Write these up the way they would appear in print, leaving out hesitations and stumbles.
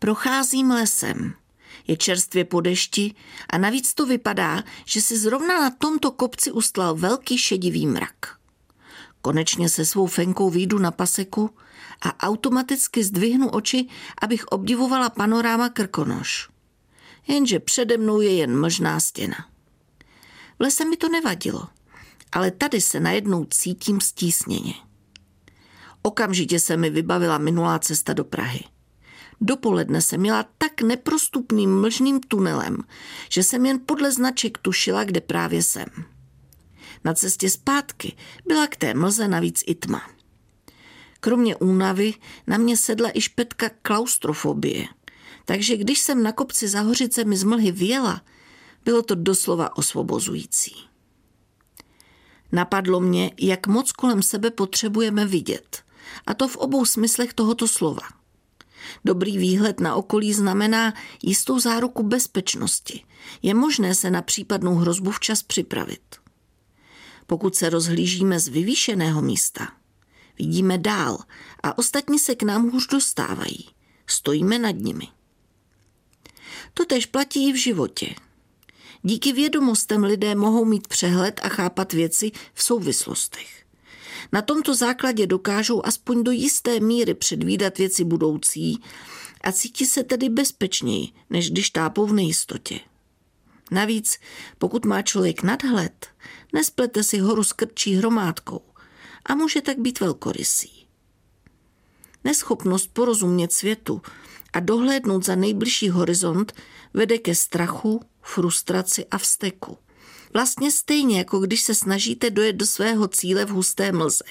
Procházím lesem. Je čerstvě po dešti a navíc to vypadá, že si zrovna na tomto kopci ustlal velký šedivý mrak. Konečně se svou fenkou vyjdu na paseku a automaticky zdvihnu oči, abych obdivovala panoráma Krkonoš. Jenže přede mnou je jen mlžná stěna. V lese mi to nevadilo, ale tady se najednou cítím stísněně. Okamžitě se mi vybavila minulá cesta do Prahy. Dopoledne jsem měla tak neprostupným mlžným tunelem, že jsem jen podle značek tušila, kde právě jsem. Na cestě zpátky byla k té mlze navíc i tma. Kromě únavy na mě sedla i špetka klaustrofobie, takže když jsem na kopci za Hořicemi z mlhy vyjela, bylo to doslova osvobozující. Napadlo mě, jak moc kolem sebe potřebujeme vidět, a to v obou smyslech tohoto slova. Dobrý výhled na okolí znamená jistou záruku bezpečnosti. Je možné se na případnou hrozbu včas připravit. Pokud se rozhlížíme z vyvýšeného místa, vidíme dál a ostatní se k nám hůř dostávají. Stojíme nad nimi. Totéž platí i v životě. Díky vědomostem lidé mohou mít přehled a chápat věci v souvislostech. Na tomto základě dokážou aspoň do jisté míry předvídat věci budoucí a cítí se tedy bezpečněji, než když tápou v nejistotě. Navíc, pokud má člověk nadhled, nesplete si horu s krčí hromádkou a může tak být velkorysý. Neschopnost porozumět světu a dohlédnout za nejbližší horizont vede ke strachu, frustraci a vzteku. Vlastně stejně, jako když se snažíte dojet do svého cíle v husté mlze.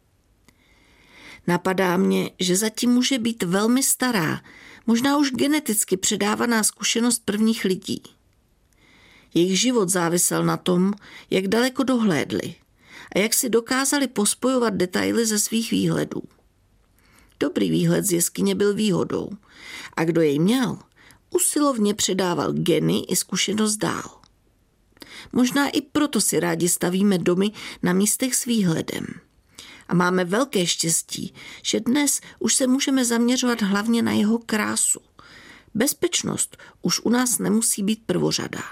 Napadá mě, že zatím může být velmi stará, možná už geneticky předávaná zkušenost prvních lidí. Jejich život závisel na tom, jak daleko dohlédli a jak si dokázali pospojovat detaily ze svých výhledů. Dobrý výhled z jeskyně byl výhodou a kdo jej měl, usilovně předával geny i zkušenost dál. Možná i proto si rádi stavíme domy na místech s výhledem. A máme velké štěstí, že dnes už se můžeme zaměřovat hlavně na jeho krásu. Bezpečnost už u nás nemusí být prvořadá.